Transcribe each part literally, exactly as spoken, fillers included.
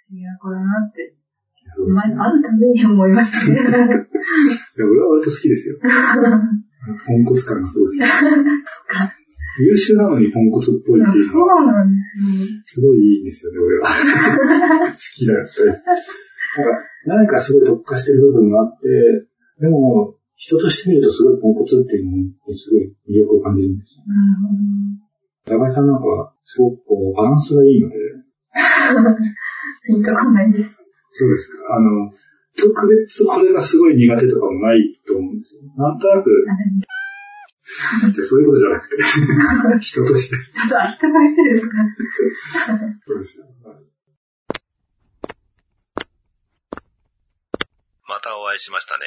思議な子だなって、まあ、会うために思いましたね。いや、俺は割と好きですよ。ポンコツ感がすごいです。優秀なのにポンコツっぽいっていうのは。 そうなんですよ。 すごいいいんですよね、俺は。好きだったり。なんか、何かすごい特化してる部分があって、でも、人として見るとすごいポンコツっていうのにすごい魅力を感じるんですよ。なるほど。高井さんなんかは、すごくこう、バランスがいいので。 ピンとこないです。 そうですか。あの、特別これがすごい苦手とかもないと思うんですよ。なんとなく、じゃそういうことじゃなくて、人として。 人としてですか？ そうですよ。 またお会いしましたね。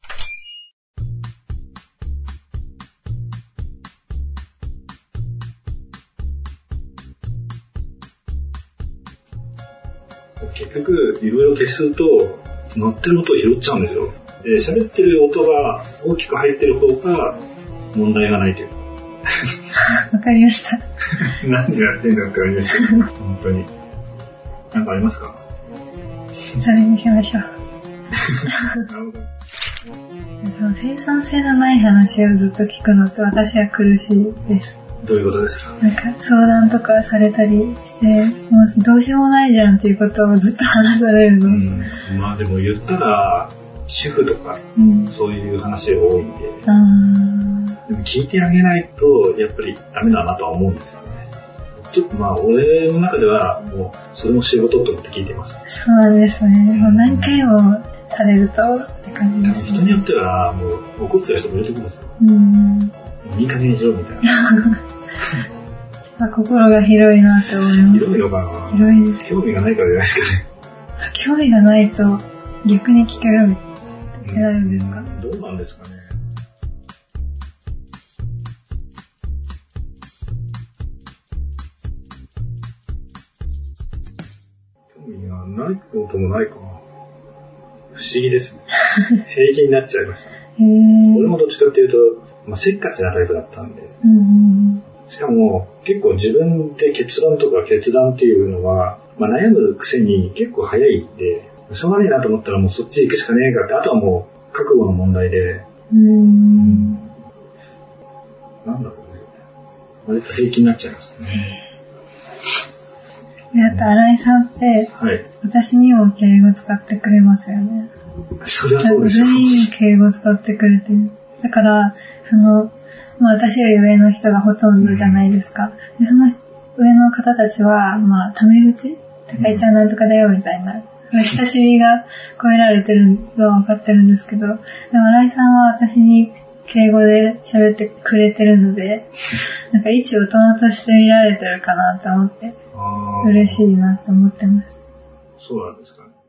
結局、いろいろ消すと、乗ってる音を拾っちゃうんですよ。で、喋ってる音が大きく入ってる方が問題がないという。 わかりました。 何やってんだってありますけど、本当に。なんかありますか？ それにしましょう。 なるほど。 生産性のない話をずっと聞くのって私は苦しいです。 どういうことですか？ なんか相談とかされたりして、もうどうしようもないじゃんっていうことをずっと話されるの。うん、 まあでも言ったら、主婦とか、うん、そういう話が多いんで、あでも聞いてあげないとやっぱりダメだなとは思うんですよね。ちょっとまあ俺の中ではもうそれも仕事と思って聞いてます。 そうなんですね。もう何回もされるとって感じです、ね。 人によってはもう怒ってる人もいると思うんですよ。うんいい加減にしろみたいな。 まあ、心が広いなって思います。 広いのかな？ 広いです。 興味がないからじゃないですかね。 興味がないと逆に聞けるってなるんですか？ うん、どうなんですかね。興味がないこともないかな。不思議ですね。平気になっちゃいました。へー。俺もどっちかっていうと、まあ、せっかちなタイプだったんで、うん、しかも結構自分で結論とか決断っていうのは、まあ、悩むくせに結構早いんで、しょうがねえなと思ったらもうそっち行くしかねえかって、あとはもう覚悟の問題で、うーん、うん、なんだろうね、割と平気になっちゃいますね。 で、あと新井さんって、はい、私にも敬語使ってくれますよね。 それはそうでしょ。 全員敬語使ってくれてる。だから、その、まあ私より上の人がほとんどじゃないですか。で、その上の方たちは、まあ、タメ口高井ちゃんなんとかだよ、みたいな。親しみが超えられてるのは分かってるんですけど、でも新井さんは私に敬語で喋ってくれてるので、なんか一大人として見られてるかなと思って、嬉しいなと思ってます。 そうなんですかね。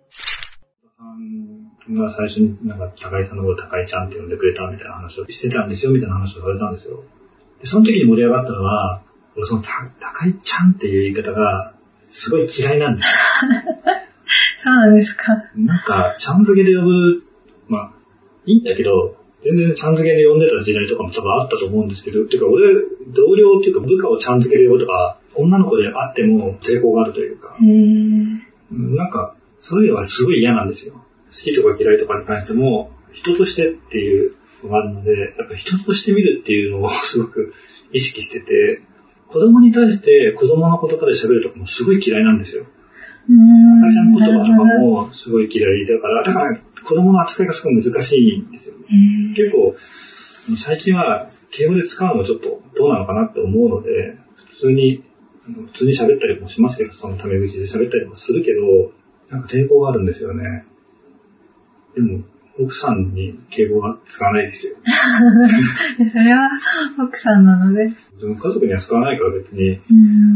が最初になんか高井さんのこと高井ちゃんって呼んでくれたみたいな話をしてたんですよみたいな話をされたんですよ。でその時に盛り上がったのは、俺その高井ちゃんっていう言い方がすごい嫌いなんですよ。 そうなんですか。 なんかちゃん付けで呼ぶ、まあいいんだけど、全然ちゃん付けで呼んでた時代とかも多分あったと思うんですけど、っていうか俺同僚っていうか部下をちゃん付けで呼ぶとか、女の子であっても抵抗があるというか、へー、なんかそういうのはすごい嫌なんですよ。好きとか嫌いとかに関しても、人としてっていうのがあるので、やっぱ人として見るっていうのをすごく意識してて、子供に対して子供の言葉で喋るとかもすごい嫌いなんですよ。赤ちゃん言葉とかもすごい嫌いだから、だから子供の扱いがすごい難しいんですよね。結構、最近は敬語で使うのもちょっとどうなのかなって思うので、普通に、普通に喋ったりもしますけど、そのタメ口で喋ったりもするけど、なんか抵抗があるんですよね。でも、奥さんに敬語は使わないですよ。 それは奥さんなので。 でも家族には使わないから別に、うん、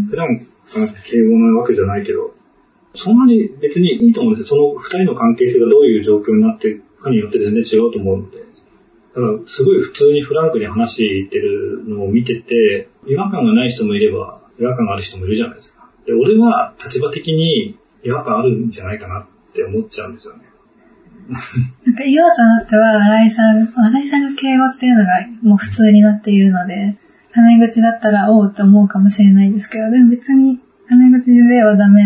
普段敬語なわけじゃないけど、そんなに別にいいと思うんですよ。その二人の関係性がどういう状況になっていくかによって全然違うと思うので。だからすごい普通にフランクに話してるのを見てて、違和感がない人もいれば違和感がある人もいるじゃないですか。で、俺は立場的に違和感あるんじゃないかなって思っちゃうんですよね。 なんか今となっては新井さん、新井さんが敬語っていうのがもう普通になっているので、タメ口だったらおうと思うかもしれないですけど、でも別にタメ口ではダメな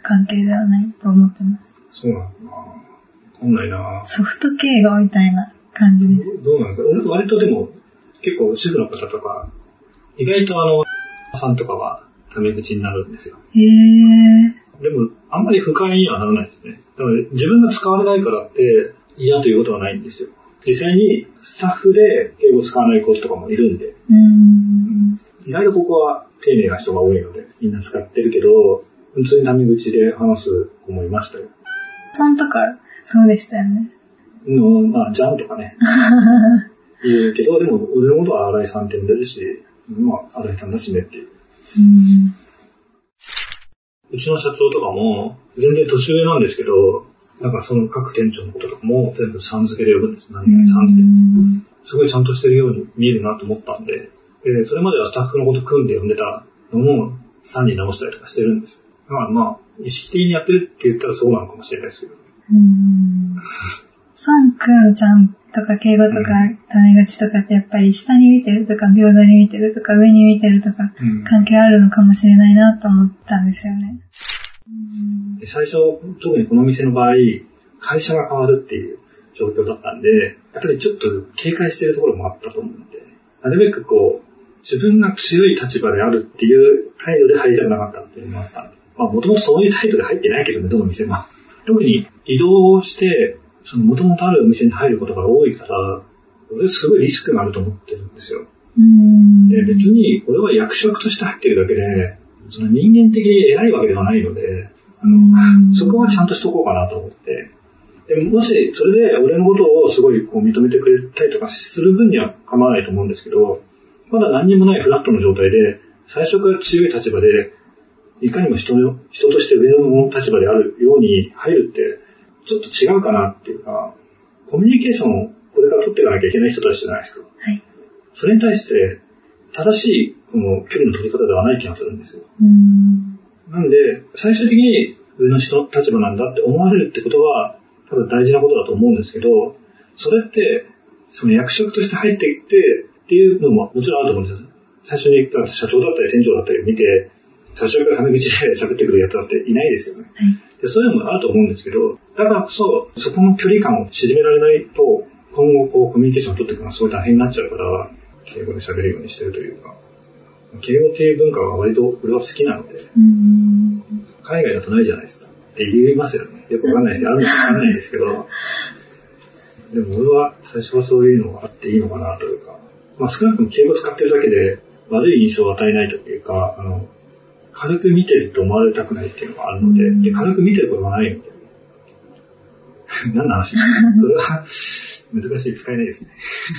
関係ではないと思ってます。 そうなのかな。わかんないな。 ソフト敬語みたいな感じです。 どうなんですか？俺割とでも、結構主婦の方とか、意外とあの、さんとかはタメ口になるんですよ。 へー。 でも、あんまり不快にはならないですね。だから自分が使われないからって嫌ということはないんですよ。実際にスタッフで敬語を使わない子とかもいるんで、 うーん、 意外とここは丁寧な人が多いので、みんな使ってるけど、普通にタメ口で話す子もいましたよ。 さんとか、そうでしたよね。 の、まあ、じゃんとかね。言うけど、でも、俺のことは新井さんって呼んでるし、まあ、新井さんだしねっていう。 うんうちの社長とかも、全然年上なんですけど、なんかその各店長のこととかも全部さん付けで呼ぶんです。何々さんって。すごいちゃんとしてるように見えるなと思ったんで、でそれまではスタッフのこと組んで呼んでたのもさんに直したりとかしてるんです。だからまあ、意識的にやってるって言ったらそうなのかもしれないですけど。 うーん。さんくんちゃんとか敬語とかタメ口とかってやっぱり下に見てるとか平等に見てるとか上に見てるとか関係あるのかもしれないなと思ったんですよね。 うんで最初、特にこの店の場合、会社が変わるっていう状況だったんで、やっぱりちょっと警戒してるところもあったと思うんで、なるべくこう、自分が強い立場であるっていう態度で入りたくなかったっていうのもあったんで、まあもともとそういう態度で入ってないけどね、どの店も。特に移動して、その元々あるお店に入ることが多いから、俺すごいリスクがあると思ってるんですよ。 うーんで別に俺は役職として入ってるだけで、その人間的に偉いわけではないので、あのそこはちゃんとしとこうかなと思って。でもしそれで俺のことをすごいこう認めてくれたりとかする分には構わないと思うんですけど、まだ何にもないフラットの状態で、最初から強い立場で、いかにも人の、人として上の立場であるように入るって、ちょっと違うかなっていうか、コミュニケーションをこれから取っていかなきゃいけない人たちじゃないですか。 はい。 それに対して、正しいこの距離の取り方ではない気がするんですよ。 うーんなんで、最終的に上の人の立場なんだって思われるってことは、多分大事なことだと思うんですけど、それって、その役職として入っていってっていうのももちろんあると思うんですよ。最初に社長だったり店長だったり見て、最初からタメ口で喋ってくるやつだっていないですよね。 はいでそういうのもあると思うんですけど、だからこそ、そこの距離感を縮められないと、今後こうコミュニケーションを取っていくのがすごい大変になっちゃうから、敬語で喋るようにしてるというか、敬語っていう文化は割と俺は好きなので、 うーん海外だとないじゃないですかって言いますよね。よくわかんないですけど、あるのかわかんないですけど、でも俺は最初はそういうのがあっていいのかなというか、まあ少なくとも敬語使ってるだけで悪い印象を与えないというか、あの、軽く見てると思われたくないっていうのがあるので、で軽く見てることがないので。何の話それは難しい、使えないですね。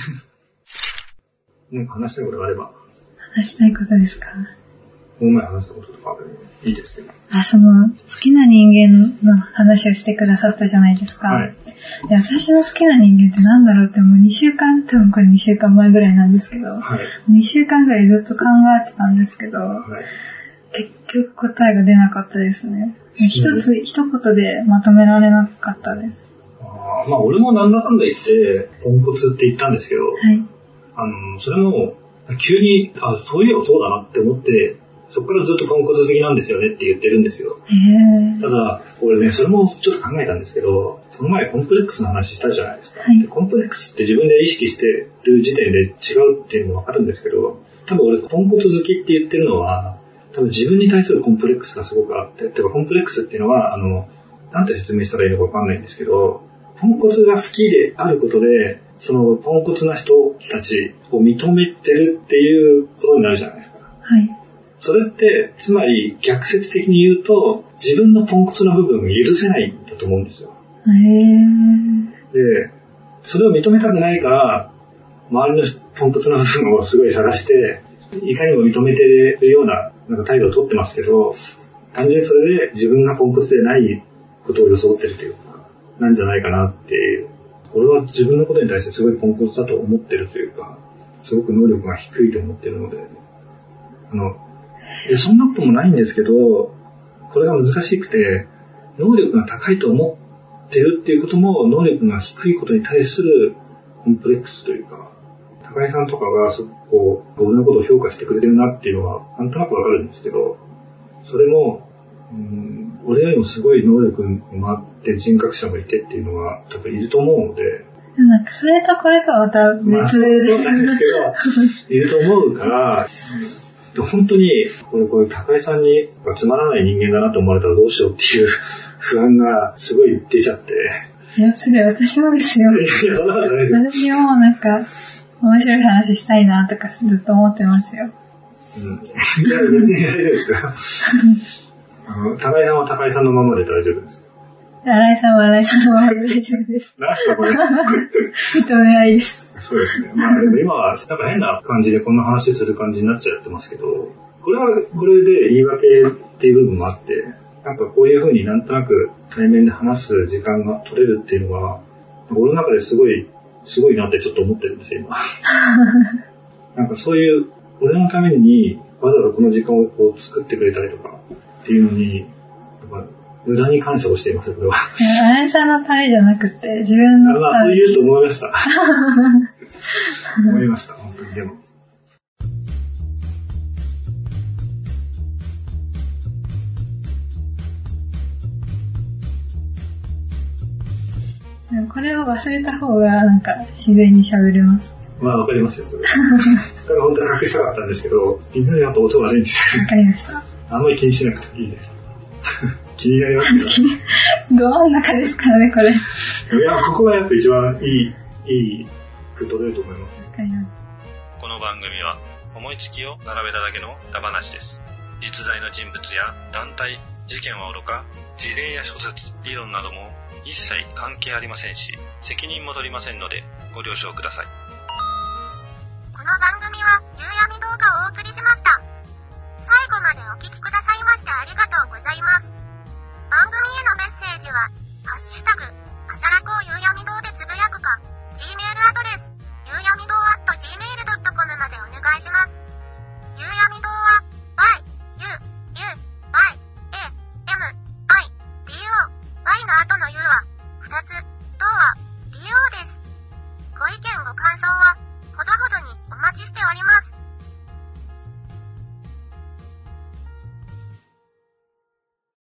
なんか話したいことがあれば。 話したいことですか？ この前話したこととかあるのでいいですけど。 あ、その、好きな人間の話をしてくださったじゃないですか。 はい。 で私の好きな人間ってなんだろうってもうにしゅうかん、多分これにしゅうかんまえぐらいなんですけど、 はい。 にしゅうかんぐらいずっと考えてたんですけど、 はい。 結局答えが出なかったですね。一つ、一言でまとめられなかったです。 あまあ俺もなんだかんだ言って、ポンコツって言ったんですけど、 はい。 あの、それも、急に、あ、そういえばそうだなって思って、そこからずっとポンコツ好きなんですよねって言ってるんですよ。 へー。 ただ、俺ね、それもちょっと考えたんですけど、この前コンプレックスの話したじゃないですか。 はい、 でコンプレックスって自分で意識してる時点で違うっていうのもわかるんですけど、多分俺ポンコツ好きって言ってるのは、多分自分に対するコンプレックスがすごくあって、てかコンプレックスっていうのは、あの、なんて説明したらいいのかわかんないんですけど、ポンコツが好きであることで、そのポンコツな人たちを認めてるっていうことになるじゃないですか。 はい。 それって、つまり逆説的に言うと、自分のポンコツな部分を許せないんだと思うんですよ。 へー。 で、それを認めたくないから、周りのポンコツな部分をすごい探して、いかにも認めてるような、なんか態度をとってますけど、単純にそれで自分がポンコツでないことを装ってるというか、なんじゃないかなっていう。俺は自分のことに対してすごいポンコツだと思ってるというか、すごく能力が低いと思ってるので、あの、いや、そんなこともないんですけど、これが難しくて、能力が高いと思ってるっていうことも、能力が低いことに対するコンプレックスというか、高井さんとかがすごくこう、僕のことを評価してくれてるなっていうのは、なんとなくわかるんですけど、それも、うん、 俺よりもすごい能力もあって人格者もいてっていうのは多分いると思うので、 なんかそれとこれとはまた別で、まあ、そうなんですけどいると思うから本当にこれこれ高井さんにつまらない人間だなと思われたらどうしようっていう不安がすごい出ちゃって。 いや、それ私もですよ。 いや、そんなことないですよ。 私もなんか面白い話したいなとかずっと思ってますよ。 うん。いや、別に大丈夫ですよ。あの、高井さんは高井さんのままで大丈夫です。 新井さんは新井さんのままで大丈夫です。 なんすかこれ。 認め合いです。 そうですね。まあでも今はなんか変な感じでこんな話する感じになっちゃってますけど、これはこれで言い訳っていう部分もあって、なんかこういう風になんとなく対面で話す時間が取れるっていうのは、俺の中ですごい、すごいなってちょっと思ってるんですよ、今。なんかそういう、俺のためにわざわざこの時間をこう作ってくれたりとかっていうのに、なんか無駄に感謝をしています、これは。 新井さんのためじゃなくて、自分の。 まあそう言うと思いました。思いました、本当に。でも。 これを忘れた方がなんか自然に喋れます。 まあわかりますよ、それ。だから本当は隠したかったんですけど、みんなやっぱ音悪いんですよ。 わかりました。 あんまり気にしなくていいです。気になりますかど真ん中ですからね、これ。 いや、ここがやっぱ一番いい、いいく取れると思います。 わかります。 この番組は思いつきを並べただけのダ話です。実在の人物や団体、事件はおろか、事例や諸説、理論なども一切関係ありませんし、責任も取りませんのでご了承ください。 この番組は夕闇動画をお送りしました。最後までお聞きくださいましてありがとうございます。番組へのメッセージは、ハッシュタグ、あじゃらこう夕闇堂でつぶやくか、Gmail アドレス、ゆうやみどう at ジーメール ドットコム までお願いします。ゆうやみ堂は、y, u, u, y, a, m, i, d, o, y の後の u は、ふたつ、堂は、do です。ご意見ご感想は、ほどほどにお待ちしております。